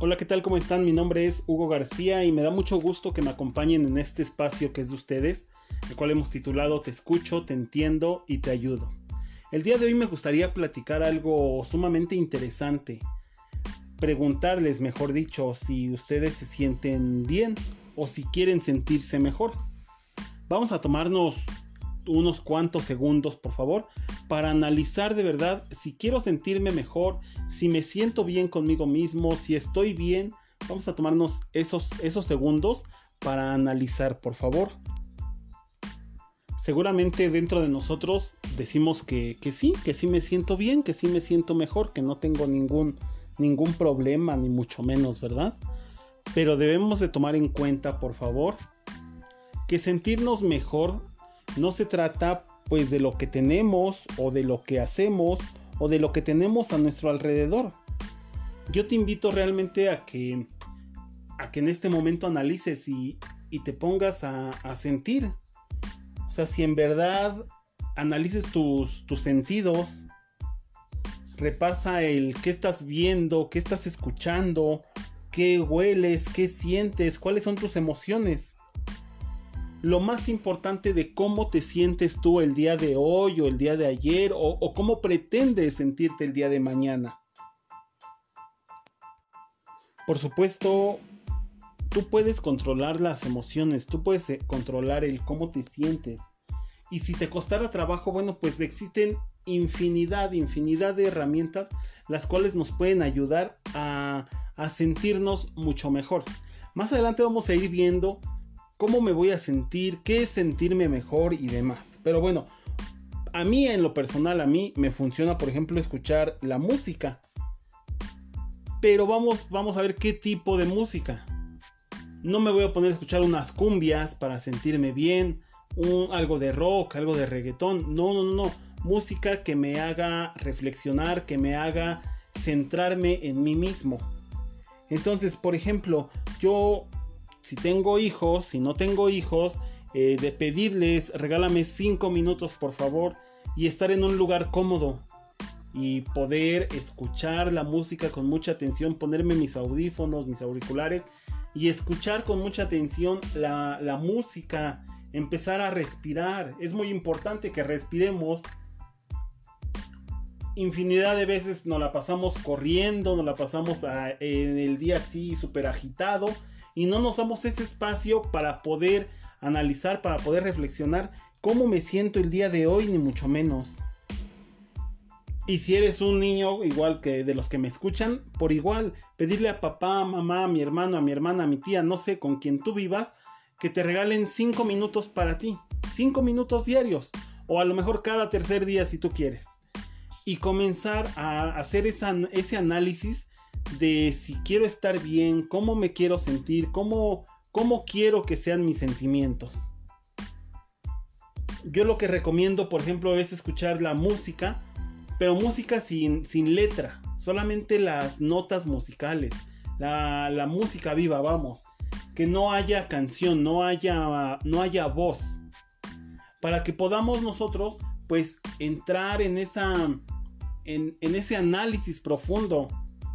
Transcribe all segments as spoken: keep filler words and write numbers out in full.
Hola, ¿qué tal? ¿Cómo están? Mi nombre es Hugo García y me da mucho gusto que me acompañen en este espacio que es de ustedes, el cual hemos titulado Te escucho, te entiendo y te ayudo. El día de hoy me gustaría platicar algo sumamente interesante, preguntarles, mejor dicho, si ustedes se sienten bien o si quieren sentirse mejor. Vamos a tomarnos unos cuantos segundos, por favor, para analizar de verdad si quiero sentirme mejor, si me siento bien conmigo mismo, si estoy bien. Vamos a tomarnos esos, esos segundos para analizar, por favor. Seguramente dentro de nosotros decimos que, que sí, que sí me siento bien, que sí me siento mejor, que no tengo ningún, ningún problema, ni mucho menos, ¿verdad? Pero debemos de tomar en cuenta, por favor, que sentirnos mejor no se trata pues de lo que tenemos o de lo que hacemos o de lo que tenemos a nuestro alrededor. Yo te invito realmente a que, a que en este momento analices y, y te pongas a, a sentir. O sea, si en verdad analices tus, tus sentidos, repasa el qué estás viendo, qué estás escuchando, qué hueles, qué sientes, cuáles son tus emociones. Lo más importante de cómo te sientes tú el día de hoy o el día de ayer o, o cómo pretendes sentirte el día de mañana. Por supuesto, tú puedes controlar las emociones, tú puedes controlar el cómo te sientes. Y si te costara trabajo, bueno, pues existen infinidad, infinidad de herramientas las cuales nos pueden ayudar a, a sentirnos mucho mejor. Más adelante vamos a ir viendo cómo me voy a sentir, qué es sentirme mejor y demás. Pero bueno, a mí en lo personal, a mí me funciona, por ejemplo, escuchar la música. Pero vamos, vamos a ver qué tipo de música. No me voy a poner a escuchar unas cumbias para sentirme bien, un, algo de rock, algo de reggaetón. No, no, no, no. Música que me haga reflexionar, que me haga centrarme en mí mismo. Entonces, por ejemplo, yo... Si tengo hijos, si no tengo hijos, eh, de pedirles, regálame cinco minutos por favor y estar en un lugar cómodo y poder escuchar la música con mucha atención, ponerme mis audífonos, mis auriculares y escuchar con mucha atención la, la música, empezar a respirar. Es muy importante que respiremos. Infinidad de veces nos la pasamos corriendo, nos la pasamos a, en el día así súper agitado. Y no nos damos ese espacio para poder analizar, para poder reflexionar cómo me siento el día de hoy, ni mucho menos. Y si eres un niño, igual que de los que me escuchan, por igual, pedirle a papá, a mamá, a mi hermano, a mi hermana, a mi tía, no sé, con quien tú vivas, que te regalen cinco minutos para ti. cinco minutos diarios. O a lo mejor cada tercer día si tú quieres. Y comenzar a hacer esa, ese análisis de si quiero estar bien, cómo me quiero sentir, cómo, cómo quiero que sean mis sentimientos. Yo lo que recomiendo, por ejemplo, es escuchar la música, pero música sin, sin letra, solamente las notas musicales, la, la música viva, vamos, que no haya canción, no haya, no haya voz, para que podamos nosotros, pues, entrar en esa, en, en ese análisis profundo.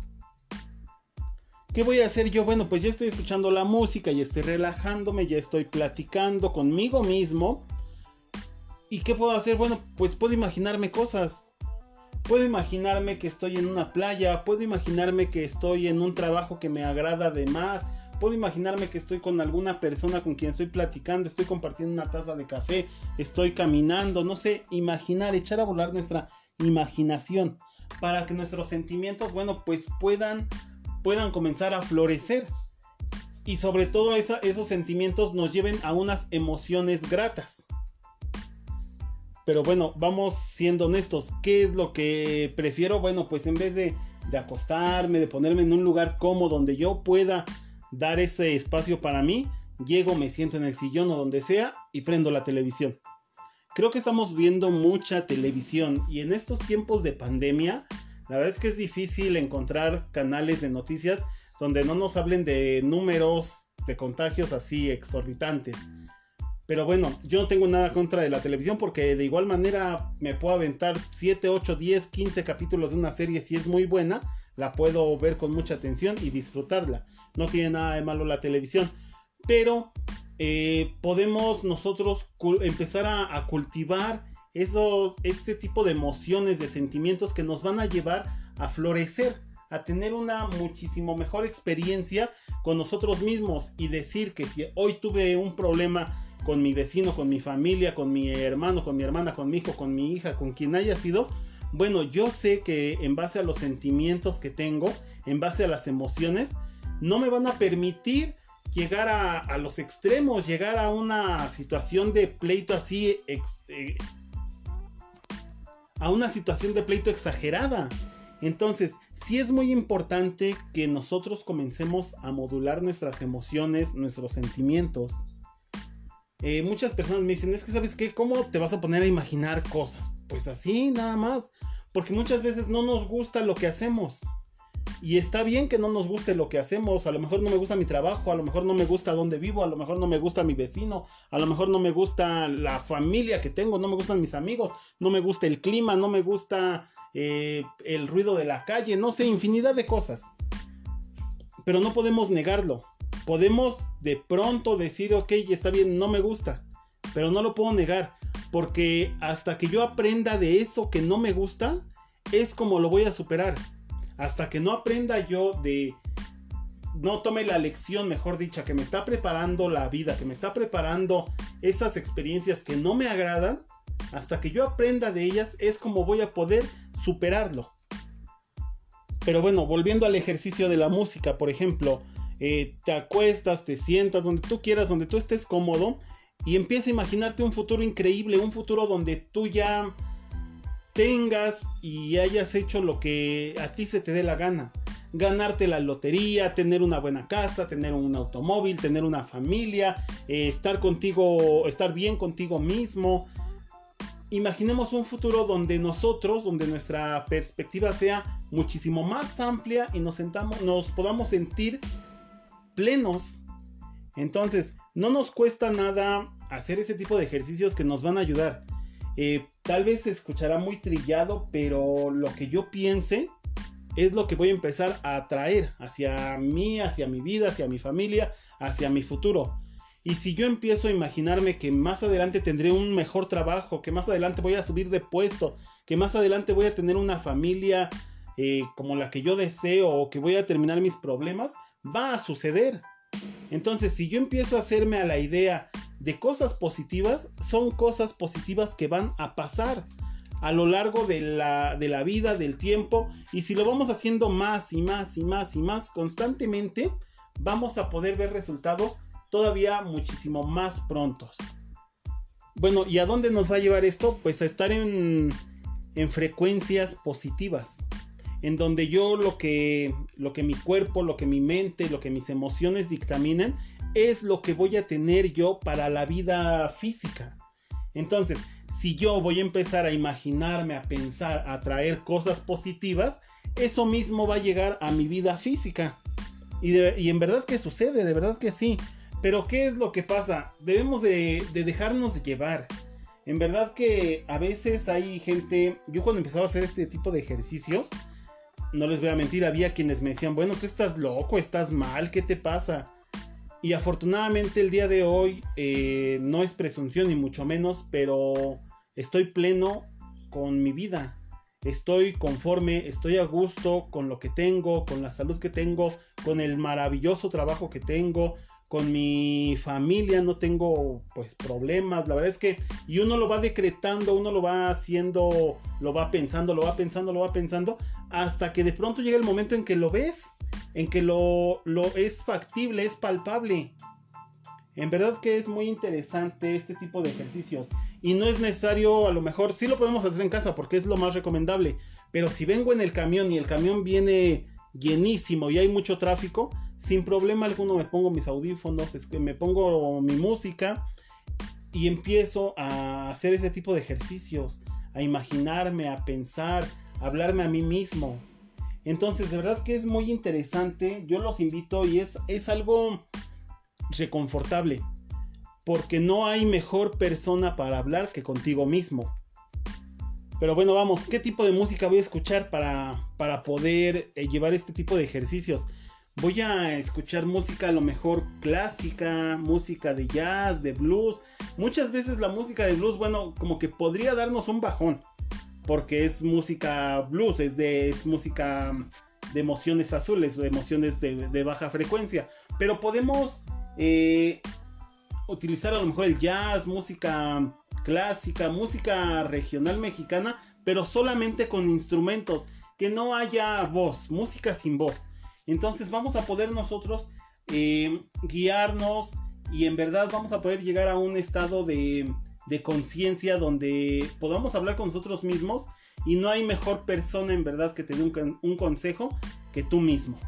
¿Qué voy a hacer yo? Bueno, pues ya estoy escuchando la música, ya estoy relajándome, ya estoy platicando conmigo mismo. ¿Y qué puedo hacer? Bueno, pues puedo imaginarme cosas. Puedo imaginarme que estoy en una playa, puedo imaginarme que estoy en un trabajo que me agrada además, puedo imaginarme que estoy con alguna persona con quien estoy platicando, estoy compartiendo una taza de café, estoy caminando, no sé, imaginar, echar a volar nuestra imaginación para que nuestros sentimientos, bueno, pues puedan... puedan comenzar a florecer y sobre todo esa, esos sentimientos nos lleven a unas emociones gratas. Pero bueno, vamos siendo honestos, ¿qué es lo que prefiero? Bueno, pues en vez de, de acostarme, de ponerme en un lugar cómodo donde yo pueda dar ese espacio para mí, llego, me siento en el sillón o donde sea y prendo la televisión. Creo que estamos viendo mucha televisión y en estos tiempos de pandemia la verdad es que es difícil encontrar canales de noticias donde no nos hablen de números de contagios así exorbitantes. Pero bueno, yo no tengo nada contra de la televisión porque de igual manera me puedo aventar siete, ocho, diez, quince capítulos de una serie. Si es muy buena, la puedo ver con mucha atención y disfrutarla. No tiene nada de malo la televisión. Pero eh, podemos nosotros cu- empezar a, a cultivar esos, ese tipo de emociones, de sentimientos que nos van a llevar a florecer, a tener una muchísimo mejor experiencia con nosotros mismos y decir que si hoy tuve un problema con mi vecino, con mi familia, con mi hermano, con mi hermana, con mi hijo, con mi hija, con quien haya sido, bueno, yo sé que en base a los sentimientos que tengo, en base a las emociones, no me van a permitir llegar a, a los extremos, llegar a una situación de pleito así, ex, eh, a una situación de pleito exagerada. Entonces, sí es muy importante que nosotros comencemos a modular nuestras emociones, nuestros sentimientos. Eh, muchas personas me dicen, es que ¿sabes qué? ¿Cómo te vas a poner a imaginar cosas? Pues así, nada más. Porque muchas veces no nos gusta lo que hacemos. Y está bien que no nos guste lo que hacemos. A lo mejor no me gusta mi trabajo, a lo mejor no me gusta dónde vivo, a lo mejor no me gusta mi vecino, a lo mejor no me gusta la familia que tengo, no me gustan mis amigos, no me gusta el clima, no me gusta eh, el ruido de la calle, no sé, infinidad de cosas. Pero no podemos negarlo. Podemos de pronto decir, ok, está bien, no me gusta, pero no lo puedo negar, porque hasta que yo aprenda de eso que no me gusta, es como lo voy a superar. Hasta que no aprenda yo de, no tome la lección, mejor dicha, que me está preparando la vida, que me está preparando esas experiencias que no me agradan, hasta que yo aprenda de ellas, es como voy a poder superarlo. Pero bueno, volviendo al ejercicio de la música, por ejemplo, Eh, te acuestas, te sientas donde tú quieras, donde tú estés cómodo y empieza a imaginarte un futuro increíble, un futuro donde tú ya tengas y hayas hecho lo que a ti se te dé la gana, ganarte la lotería, tener una buena casa, tener un automóvil, tener una familia, eh, estar contigo, estar bien contigo mismo. Imaginemos un futuro donde nosotros, donde nuestra perspectiva sea muchísimo más amplia y nos, sentamos, nos podamos sentir plenos. Entonces, no nos cuesta nada hacer ese tipo de ejercicios que nos van a ayudar. Eh, tal vez se escuchará muy trillado, pero lo que yo piense es lo que voy a empezar a atraer hacia mí, hacia mi vida, hacia mi familia, hacia mi futuro. Y si yo empiezo a imaginarme que más adelante tendré un mejor trabajo, que más adelante voy a subir de puesto, que más adelante voy a tener una familia eh, como la que yo deseo, o que voy a terminar mis problemas, va a suceder. Entonces, si yo empiezo a hacerme a la idea de cosas positivas, son cosas positivas que van a pasar a lo largo de la, de la vida, del tiempo. Y si lo vamos haciendo más y más y más y más constantemente, vamos a poder ver resultados todavía muchísimo más prontos. Bueno, ¿y a dónde nos va a llevar esto? Pues a estar en, en frecuencias positivas, en donde yo lo que, lo que mi cuerpo, lo que mi mente, lo que mis emociones dictaminen, es lo que voy a tener yo para la vida física. Entonces, si yo voy a empezar a imaginarme, a pensar, a traer cosas positivas, eso mismo va a llegar a mi vida física. Y, de, y en verdad que sucede, de verdad que sí. Pero ¿qué es lo que pasa? Debemos de, de dejarnos llevar. En verdad que a veces hay gente... Yo cuando empezaba a hacer este tipo de ejercicios, no les voy a mentir, había quienes me decían, bueno, tú estás loco, estás mal, ¿qué te pasa? Y afortunadamente el día de hoy eh, no es presunción ni mucho menos, pero estoy pleno con mi vida. Estoy conforme, estoy a gusto con lo que tengo, con la salud que tengo, con el maravilloso trabajo que tengo, con mi familia, no tengo pues problemas. La verdad es que y uno lo va decretando, uno lo va haciendo, lo va pensando, lo va pensando, lo va pensando, hasta que de pronto llega el momento en que lo ves, en que lo, lo es factible, es palpable. En verdad que es muy interesante este tipo de ejercicios. Y no es necesario, a lo mejor sí lo podemos hacer en casa porque es lo más recomendable. Pero si vengo en el camión y el camión viene llenísimo y hay mucho tráfico, sin problema alguno me pongo mis audífonos, me pongo mi música y empiezo a hacer ese tipo de ejercicios, a imaginarme, a pensar, a hablarme a mí mismo. Entonces, de verdad que es muy interesante. Yo los invito y es, es algo reconfortable. porque no hay mejor persona para hablar que contigo mismo. Pero bueno, vamos, ¿qué tipo de música voy a escuchar para, para poder eh, llevar este tipo de ejercicios? Voy a escuchar música a lo mejor clásica, música de jazz, de blues. Muchas veces la música de blues, bueno, como que podría darnos un bajón, porque es música blues, es, de, es música de emociones azules, de emociones de, de baja frecuencia. Pero podemos eh, utilizar a lo mejor el jazz, música clásica, música regional mexicana, pero solamente con instrumentos, que no haya voz, música sin voz. Entonces vamos a poder nosotros eh, guiarnos y en verdad vamos a poder llegar a un estado de, de conciencia donde podamos hablar con nosotros mismos y no hay mejor persona en verdad que te dé un, un consejo que tú mismo.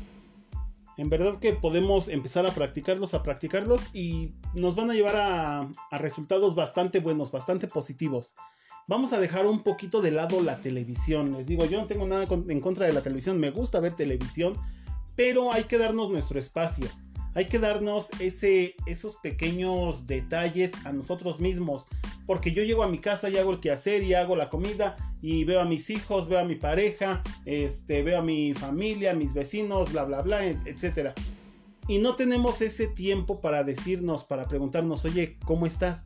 En verdad que podemos empezar a practicarlos, a practicarlos y nos van a llevar a, a resultados bastante buenos, bastante positivos. Vamos a dejar un poquito de lado la televisión. Les digo, yo no tengo nada en contra de la televisión, me gusta ver televisión, pero hay que darnos nuestro espacio. Hay que darnos ese, esos pequeños detalles a nosotros mismos. Porque yo llego a mi casa y hago el quehacer y hago la comida y veo a mis hijos, veo a mi pareja, este, veo a mi familia, a mis vecinos, bla, bla, bla, etcétera. Y no tenemos ese tiempo para decirnos, para preguntarnos, oye, ¿cómo estás?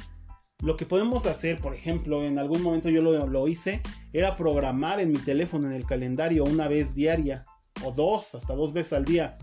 Lo que podemos hacer, por ejemplo, en algún momento yo lo, lo hice, era programar en mi teléfono, en el calendario, una vez diaria, o dos, hasta dos veces al día.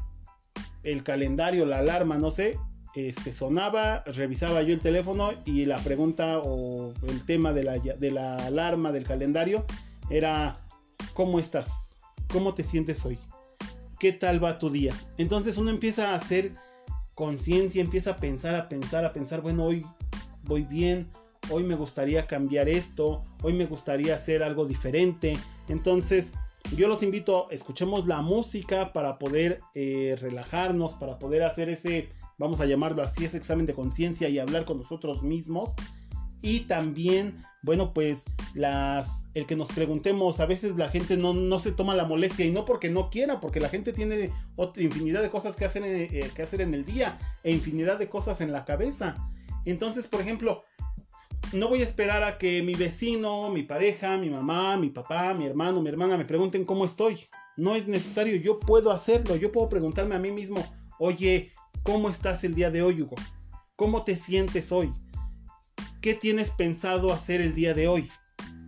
El calendario, la alarma, no sé, este, sonaba, revisaba yo el teléfono y la pregunta o el tema de la, de la alarma del calendario era, ¿cómo estás? ¿Cómo te sientes hoy? ¿Qué tal va tu día? Entonces uno empieza a hacer conciencia, empieza a pensar, a pensar, a pensar, bueno, hoy voy bien, hoy me gustaría cambiar esto, hoy me gustaría hacer algo diferente. Entonces yo los invito, escuchemos la música para poder eh, relajarnos, para poder hacer ese, vamos a llamarlo así, ese examen de conciencia y hablar con nosotros mismos. Y también, bueno, pues las, el que nos preguntemos, a veces la gente no, no se toma la molestia y no porque no quiera, porque la gente tiene otra, infinidad de cosas que hacer, eh, que hacer en el día e infinidad de cosas en la cabeza. Entonces, por ejemplo, no voy a esperar a que mi vecino, mi pareja, mi mamá, mi papá, mi hermano, mi hermana me pregunten cómo estoy. No es necesario, yo puedo hacerlo. Yo puedo preguntarme a mí mismo, oye, ¿cómo estás el día de hoy, Hugo? ¿Cómo te sientes hoy? ¿Qué tienes pensado hacer el día de hoy?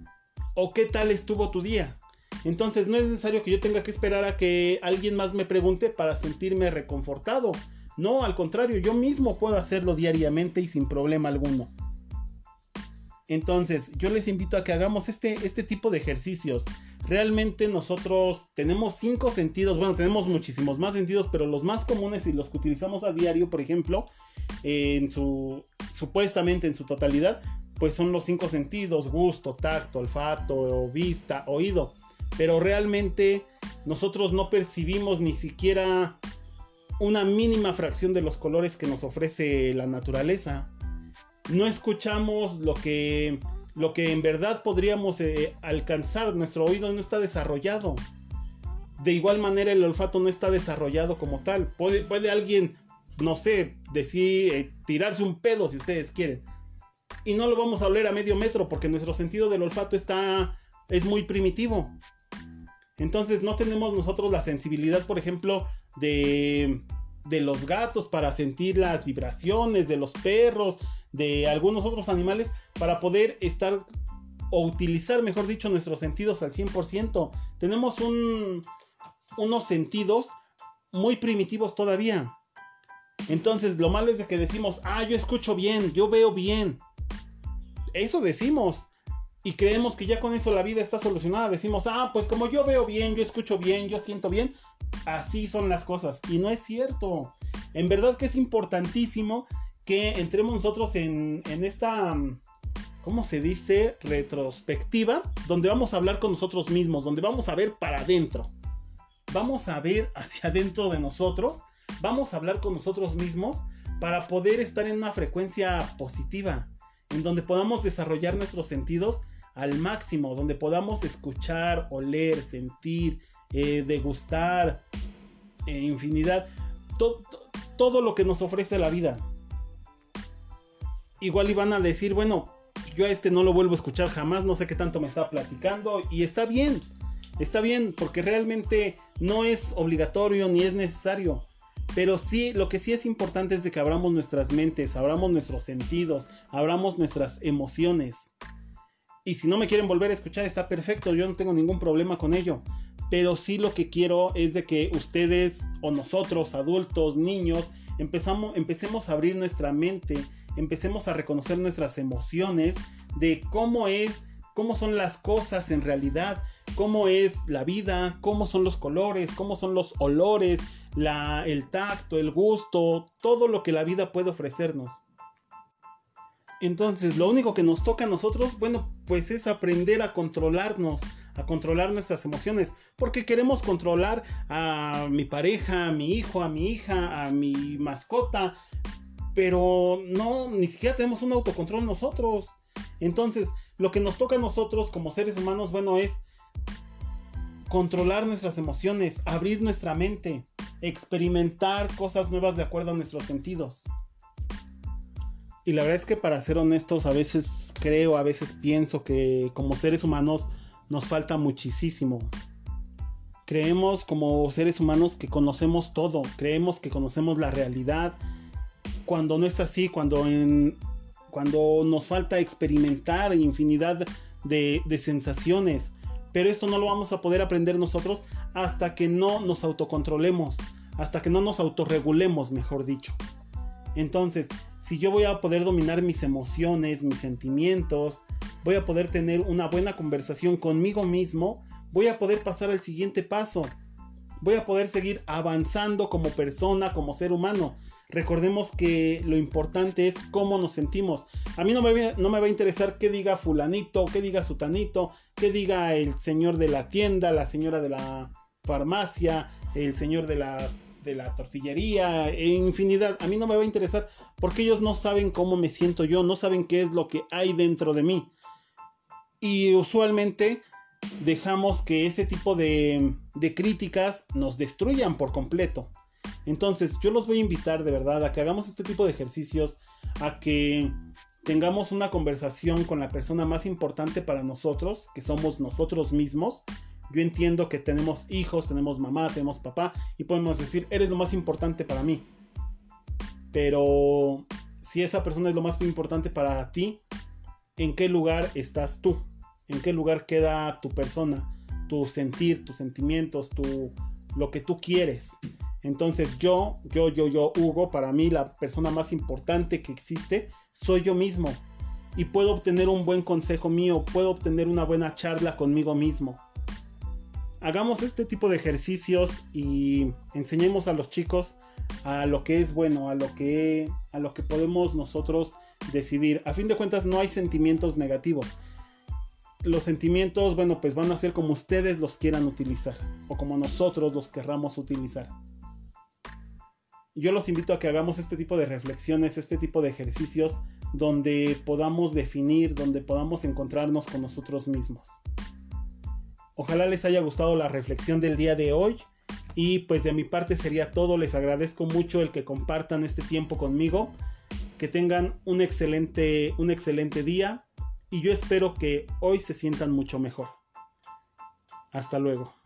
¿O qué tal estuvo tu día? Entonces no es necesario que yo tenga que esperar a que alguien más me pregunte para sentirme reconfortado. No, al contrario, yo mismo puedo hacerlo diariamente y sin problema alguno. Entonces, yo les invito a que hagamos este, este tipo de ejercicios. Realmente nosotros tenemos cinco sentidos, bueno, tenemos muchísimos más sentidos, pero los más comunes y los que utilizamos a diario, por ejemplo, en su, supuestamente en su totalidad, pues son los cinco sentidos: gusto, tacto, olfato, vista, oído. Pero realmente nosotros no percibimos ni siquiera una mínima fracción de los colores que nos ofrece la naturaleza. No escuchamos lo que, lo que en verdad podríamos eh, alcanzar. Nuestro oído no está desarrollado. De igual manera el olfato no está desarrollado como tal. Puede, puede alguien, no sé, decir, eh, tirarse un pedo si ustedes quieren, y no lo vamos a oler a medio metro porque nuestro sentido del olfato está, es muy primitivo. Entonces no tenemos nosotros la sensibilidad, por ejemplo, de, de los gatos para sentir las vibraciones, de los perros, de algunos otros animales, para poder estar o utilizar, mejor dicho, nuestros sentidos al cien por ciento. Tenemos un, unos sentidos muy primitivos todavía. Entonces lo malo es de que decimos, ah, yo escucho bien, yo veo bien. Eso decimos y creemos que ya con eso la vida está solucionada. Decimos, ah, pues como yo veo bien, yo escucho bien, yo siento bien, así son las cosas. Y no es cierto. En verdad que es importantísimo que entremos nosotros en, en esta, ¿cómo se dice? Retrospectiva, donde vamos a hablar con nosotros mismos, donde vamos a ver para adentro. Vamos a ver hacia adentro de nosotros, vamos a hablar con nosotros mismos para poder estar en una frecuencia positiva, en donde podamos desarrollar nuestros sentidos al máximo, donde podamos escuchar, oler, sentir, eh, degustar, eh, infinidad, to- to- todo lo que nos ofrece la vida. igual iban a decir, bueno, yo a este no lo vuelvo a escuchar jamás, no sé qué tanto me está platicando, y está bien, está bien, porque realmente no es obligatorio ni es necesario. Pero sí, lo que sí es importante es de que abramos nuestras mentes, abramos nuestros sentidos, abramos nuestras emociones. Y si no me quieren volver a escuchar, está perfecto, yo no tengo ningún problema con ello. Pero sí lo que quiero es de que ustedes o nosotros, adultos, niños, empezamos, empecemos a abrir nuestra mente, empecemos a reconocer nuestras emociones, de cómo es, cómo son las cosas en realidad, cómo es la vida, cómo son los colores, cómo son los olores, la, el tacto, el gusto, todo lo que la vida puede ofrecernos. Entonces, lo único que nos toca a nosotros, bueno, pues es aprender a controlarnos, a controlar nuestras emociones, porque queremos controlar a mi pareja, a mi hijo, a mi hija, a mi mascota, pero no, ni siquiera tenemos un autocontrol nosotros. Entonces, lo que nos toca a nosotros como seres humanos, bueno, es controlar nuestras emociones, abrir nuestra mente, experimentar cosas nuevas de acuerdo a nuestros sentidos. Y la verdad es que, para ser honestos, a veces creo, a veces pienso que como seres humanos nos falta muchísimo. Creemos como seres humanos que conocemos todo, creemos que conocemos la realidad, cuando no es así, cuando, en, cuando nos falta experimentar infinidad de, de sensaciones. Pero esto no lo vamos a poder aprender nosotros hasta que no nos autocontrolemos, hasta que no nos autorregulemos, mejor dicho. Entonces, si yo voy a poder dominar mis emociones, mis sentimientos, voy a poder tener una buena conversación conmigo mismo, voy a poder pasar al siguiente paso, voy a poder seguir avanzando como persona, como ser humano. Recordemos que lo importante es cómo nos sentimos. A mí no me, no me va a interesar qué diga fulanito, qué diga sutanito, qué diga el señor de la tienda, la señora de la farmacia, el señor de la... de la tortillería, e infinidad. A mí no me va a interesar, porque ellos no saben cómo me siento yo, no saben qué es lo que hay dentro de mí. Y usualmente dejamos que este tipo de, de críticas nos destruyan por completo. Entonces yo los voy a invitar de verdad a que hagamos este tipo de ejercicios, a que tengamos una conversación con la persona más importante para nosotros, que somos nosotros mismos. Yo entiendo que tenemos hijos, tenemos mamá, tenemos papá, y podemos decir, eres lo más importante para mí. Pero si esa persona es lo más importante para ti, ¿en qué lugar estás tú? ¿En qué lugar queda tu persona? Tu sentir, tus sentimientos, tu, lo que tú quieres. Entonces yo, yo, yo, yo, Hugo, para mí la persona más importante que existe soy yo mismo. Y puedo obtener un buen consejo mío, puedo obtener una buena charla conmigo mismo. Hagamos este tipo de ejercicios y enseñemos a los chicos a lo que es bueno, a lo que, a lo que podemos nosotros decidir. A fin de cuentas, no hay sentimientos negativos. Los sentimientos, bueno, pues van a ser como ustedes los quieran utilizar, o como nosotros los querramos utilizar. Yo los invito a que hagamos este tipo de reflexiones, este tipo de ejercicios, donde podamos definir, donde podamos encontrarnos con nosotros mismos. Ojalá les haya gustado la reflexión del día de hoy. Y pues de mi parte sería todo. Les agradezco mucho el que compartan este tiempo conmigo. Que tengan un excelente, un excelente día. Y yo espero que hoy se sientan mucho mejor. Hasta luego.